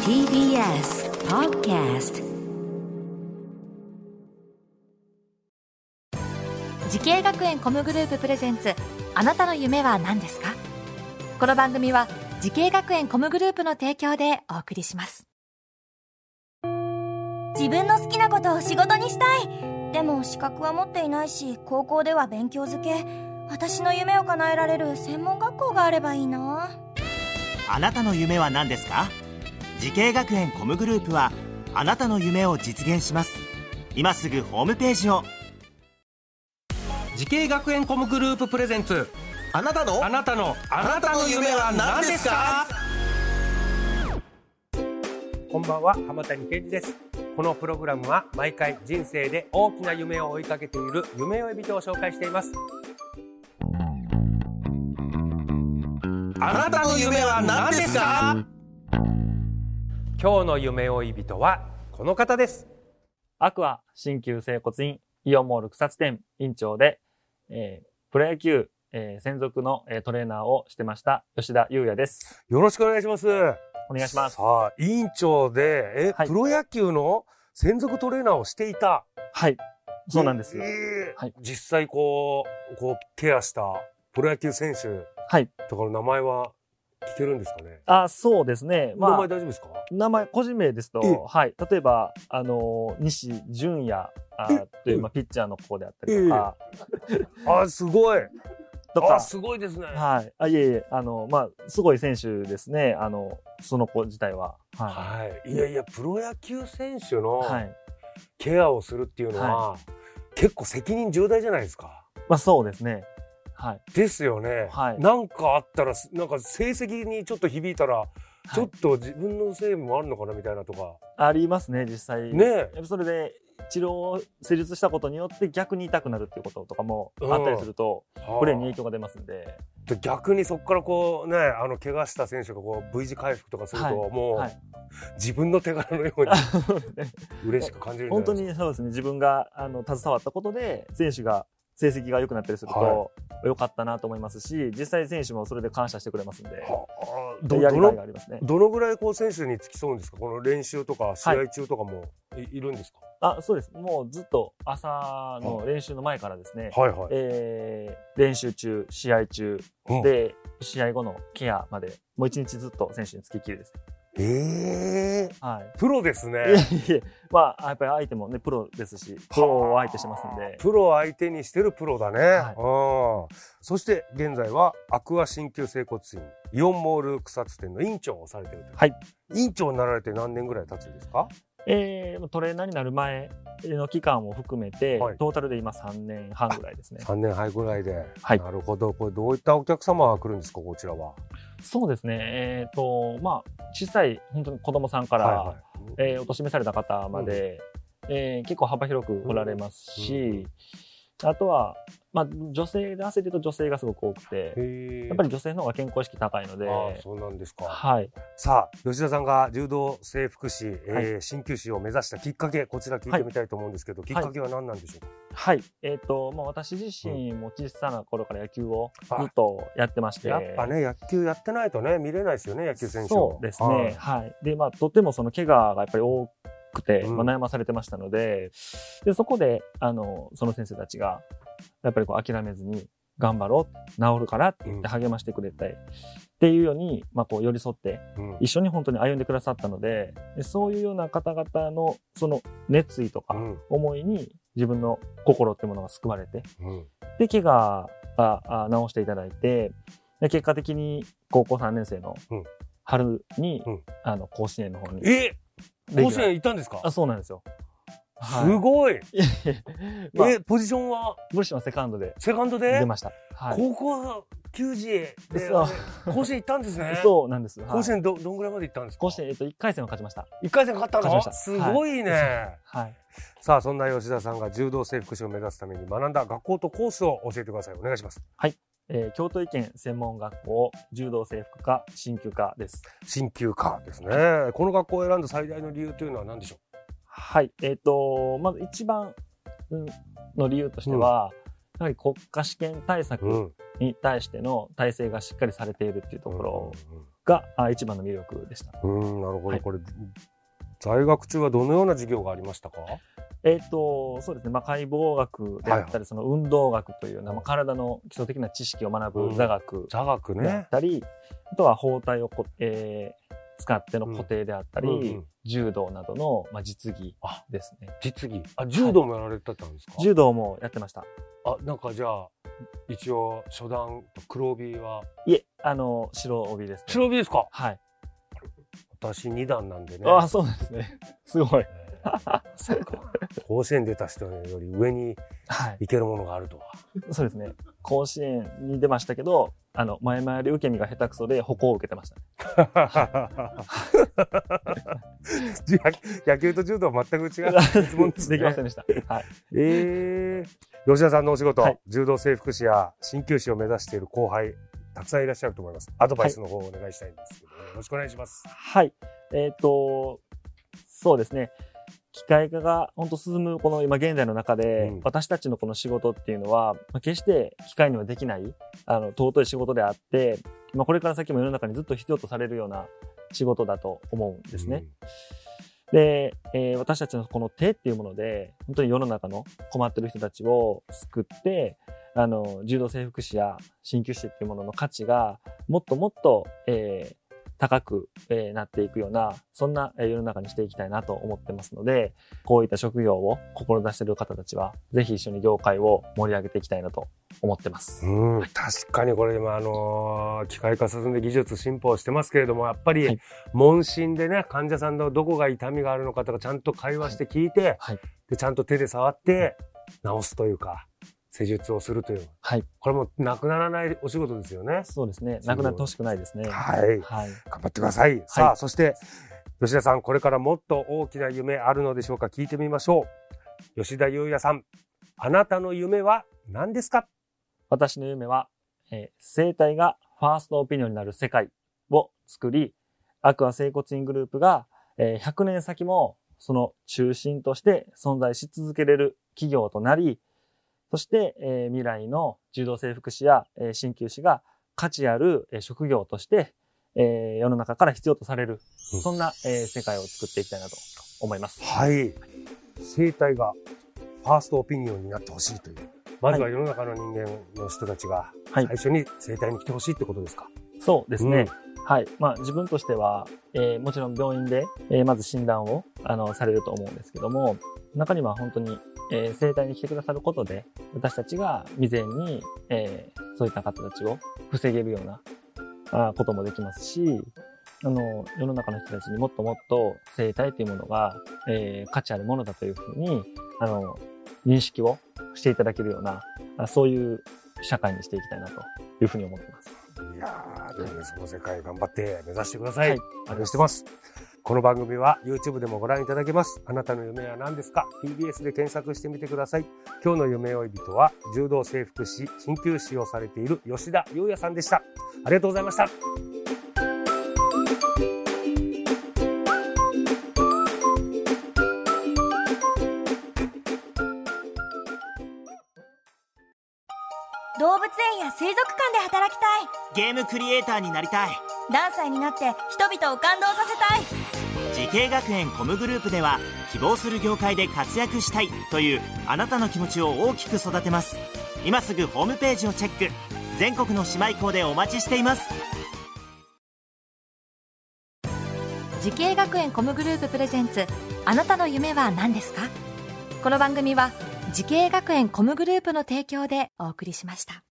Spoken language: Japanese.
TBS Podcast。 時系学園コムグループプレゼンツ、あなたの夢は何ですか？この番組は時系学園コムグループの提供でお送りします。 自分の好きなことを仕事にしたい。でも資格は持っていないし、高校では勉強づけ。私の夢を叶えられる専門学校があればいいな。 あなたの夢は何ですか？時系学園コムグループはあなたの夢を実現します。今すぐホームページを。 時系学園コムグループプレゼンツ、 あなたの夢は何ですか？ こんばんは、浜谷健二です。このプログラムは毎回人生で大きな夢を追いかけている夢追い人を紹介しています。 あなたの夢は何ですか？ 今日の夢追い人はこの方です。 アクア鍼灸整骨院イオンモール草津店院長で、プロ野球、専属の、トレーナーをしてました吉田裕也です。 よろしくお願いします。 お願いします。 さあ、院長で、 はい、 プロ野球の専属トレーナーをしていた。 はい、そうなんです。 はい、実際こうケアしたプロ野球選手とかの名前は聞けるんですかね？ あ、そうですね。 名前大丈夫ですか？ 名前、個人名ですと、はい。例えば、西純也という、ピッチャーの子であったりとか。 あ、すごい。 とか。 すごいですね。 はい。いえ、すごい選手ですね。その子自体は。 はい。いやいや、プロ野球選手のケアをするっていうのは、結構責任重大じゃないですか。 そうですね。はい。 ですよね。はい。なんかあったら、なんか成績にちょっと響いたら、ちょっと自分のせいもあるのかなみたいなとか。 ありますね、実際。 ね。 それで、治療を施術したことによって逆に痛くなるっていうこととかもあったりすると、プレーに影響が出ますんで。 逆にそこからこうね、怪我した選手がこう V 字回復とかすると、もう、自分の手柄のように嬉しく感じるんじゃないですか。 本当にそうですね。自分が携わったことで、選手が成績が良くなったりすると、良かったなと思いますし、実際選手もそれで感謝してくれますんで、やりがいがありますね。 どのぐらいこう選手に付き添うんですか？この練習とか試合中とかもいるんですか？ そうです。もうずっと朝の練習の前からですね、練習中、試合中、で、試合後のケアまで、もう一日ずっと選手に付きっきりですね。 プロですね。 やっぱり相手もね、プロですし、プロを相手してますんで。 プロを相手にしてるプロだね。そして現在はアクア鍼灸整骨院イオンモール草津店の院長をされているという。はい。院長になられて何年ぐらい経つんですか？ トレーナーになる前の期間を含めて、トータルで今3年半ぐらいですね。 3年半ぐらいで。はい。なるほど。これどういったお客様が来るんですか、こちらは？ そうですね。小さい本当に子供さんから、お年召された方まで、結構幅広く来られますし、あとは、女性で汗で言うと女性がすごく多くて、やっぱり女性の方が健康意識高いので。 そうなんですか。 はい。 さあ、吉田さんが柔道整復師、鍼灸師を目指したきっかけ、こちら聞いてみたいと思うんですけど、きっかけは何なんでしょうか？はい。 私自身も小さな頃から野球をずっとやってまして。 やっぱね、野球やってないとね、見れないですよね、野球選手。 そうですね。はい。で、とってもその怪我がやっぱり多くて、悩まされてましたので、そこで、その先生たちが、やっぱり諦めずに、頑張ろう、治るからって言って励ましてくれて、っていうように、寄り添って、一緒に本当に歩んでくださったので、そういうような方々の、その熱意とか、思いに、自分の心っていうものが救われて、で、怪我が治していただいて、で結果的に高校3年生の春に、甲子園の方に。 甲子園行ったんですか？ そうなんですよ。 すごい。ポジションは？ ポジションはセカンドで。 セカンドで？ 出ました。 高校球児で甲子園行ったんですね。 そうなんです。 甲子園どんぐらいまで行ったんですか？ 甲子園1回戦を勝ちました。 1回戦勝ったの？すごいね。 はい。 さあ、そんな吉田さんが柔道整復師を目指すために学んだ学校とコースを教えてください。お願いします。 はい。京都医研専門学校柔道整復科鍼灸科です。 鍼灸科ですね。この学校を選んだ最大の理由というのは何でしょう？ はい。まず一番の理由としては、やはり国家試験対策に対しての体制がしっかりされているっていうところが一番の魅力でした。 なるほど、 はい、 これ在学中はどのような授業がありましたか？ そうですね、解剖学であったり、その運動学というような、体の基礎的な知識を学ぶ座学であったり、あとは包帯を使っての固定であったり、柔道などの、実技ですね。 実技。柔道もやられてたんですか？ 柔道もやってました。 なんかじゃあ、一応、初段、黒帯は？ いえ、白帯ですね。 白帯ですか？ はい。 私2段なんでね。 そうですね。すごい。 そうか。甲子園出た人より上に行けるものがあるとは。 そうですね。甲子園に出ましたけど、前々で受け身が下手くそで歩行を受けてました。 野球と柔道は全く違う質問ですね。 できませんでした。はい。 吉田さんのお仕事、柔道整復師や鍼灸師を目指している後輩、たくさんいらっしゃると思います。アドバイスの方をお願いしたいんですけど、よろしくお願いします。 はい。そうですね。機械化が本当進むこの今現在の中で、私たちのこの仕事っていうのは、決して機械にはできない、尊い仕事であって、これから先も世の中にずっと必要とされるような仕事だと思うんですね。で、私たちのこの手っていうもので、本当に世の中の困ってる人たちを救って、柔道整復師や鍼灸師っていうものの価値がもっともっと、高く、なっていくような、そんな世の中にしていきたいなと思ってますので、こういった職業を志している方たちは、ぜひ一緒に業界を盛り上げていきたいなと思ってます。 確かにこれ今、機械化進んで技術進歩してますけれども、やっぱり、問診でね、患者さんのどこが痛みがあるのかとか、ちゃんと会話して聞いて、でちゃんと手で触って、治すというか、施術をするという。これもなくならないお仕事ですよね。 そうですね。なくなってほしくないですね。 頑張ってください。さあ、そして、吉田さん、これからもっと大きな夢あるのでしょうか？聞いてみましょう。吉田裕也さん、あなたの夢は何ですか？ 私の夢は、生体がファーストオピニオンになる世界を作り、アクア整骨院グループが、100年先もその中心として存在し続けれる企業となり、そして、未来の柔道整復師や鍼灸師が価値ある職業として、世の中から必要とされる、そんな、世界を作っていきたいなと思います。 はい。生体がファーストオピニオンになってほしいという。まずは世の中の人間の人たちが最初に生体に来てほしいってことですか？ そうですね。はい。自分としては、もちろん病院で、まず診断を、されると思うんですけども、中には本当に、生体に来てくださることで、私たちが未然に、そういった方たちを防げるようなこともできますし、世の中の人たちにもっともっと生体というものが、価値あるものだというふうに、認識をしていただけるような、そういう社会にしていきたいなというふうに思ってます。 いやー、でもね、その世界頑張って目指してください。応援してます。この番組は YouTube でもご覧いただけます。あなたの夢は何ですか？ TBS で検索してみてください。今日の夢追い人は柔道整復師、鍼灸師をされている吉田裕也さんでした。ありがとうございました。 動物園や水族館で働きたい。 ゲームクリエイターになりたい。 何歳になって人々を感動させたい。 時系学園コムグループでは、希望する業界で活躍したいというあなたの気持ちを大きく育てます。今すぐホームページをチェック。全国の姉妹校でお待ちしています。 時系学園コムグループプレゼンツ、あなたの夢は何ですか？この番組は時系学園コムグループの提供でお送りしました。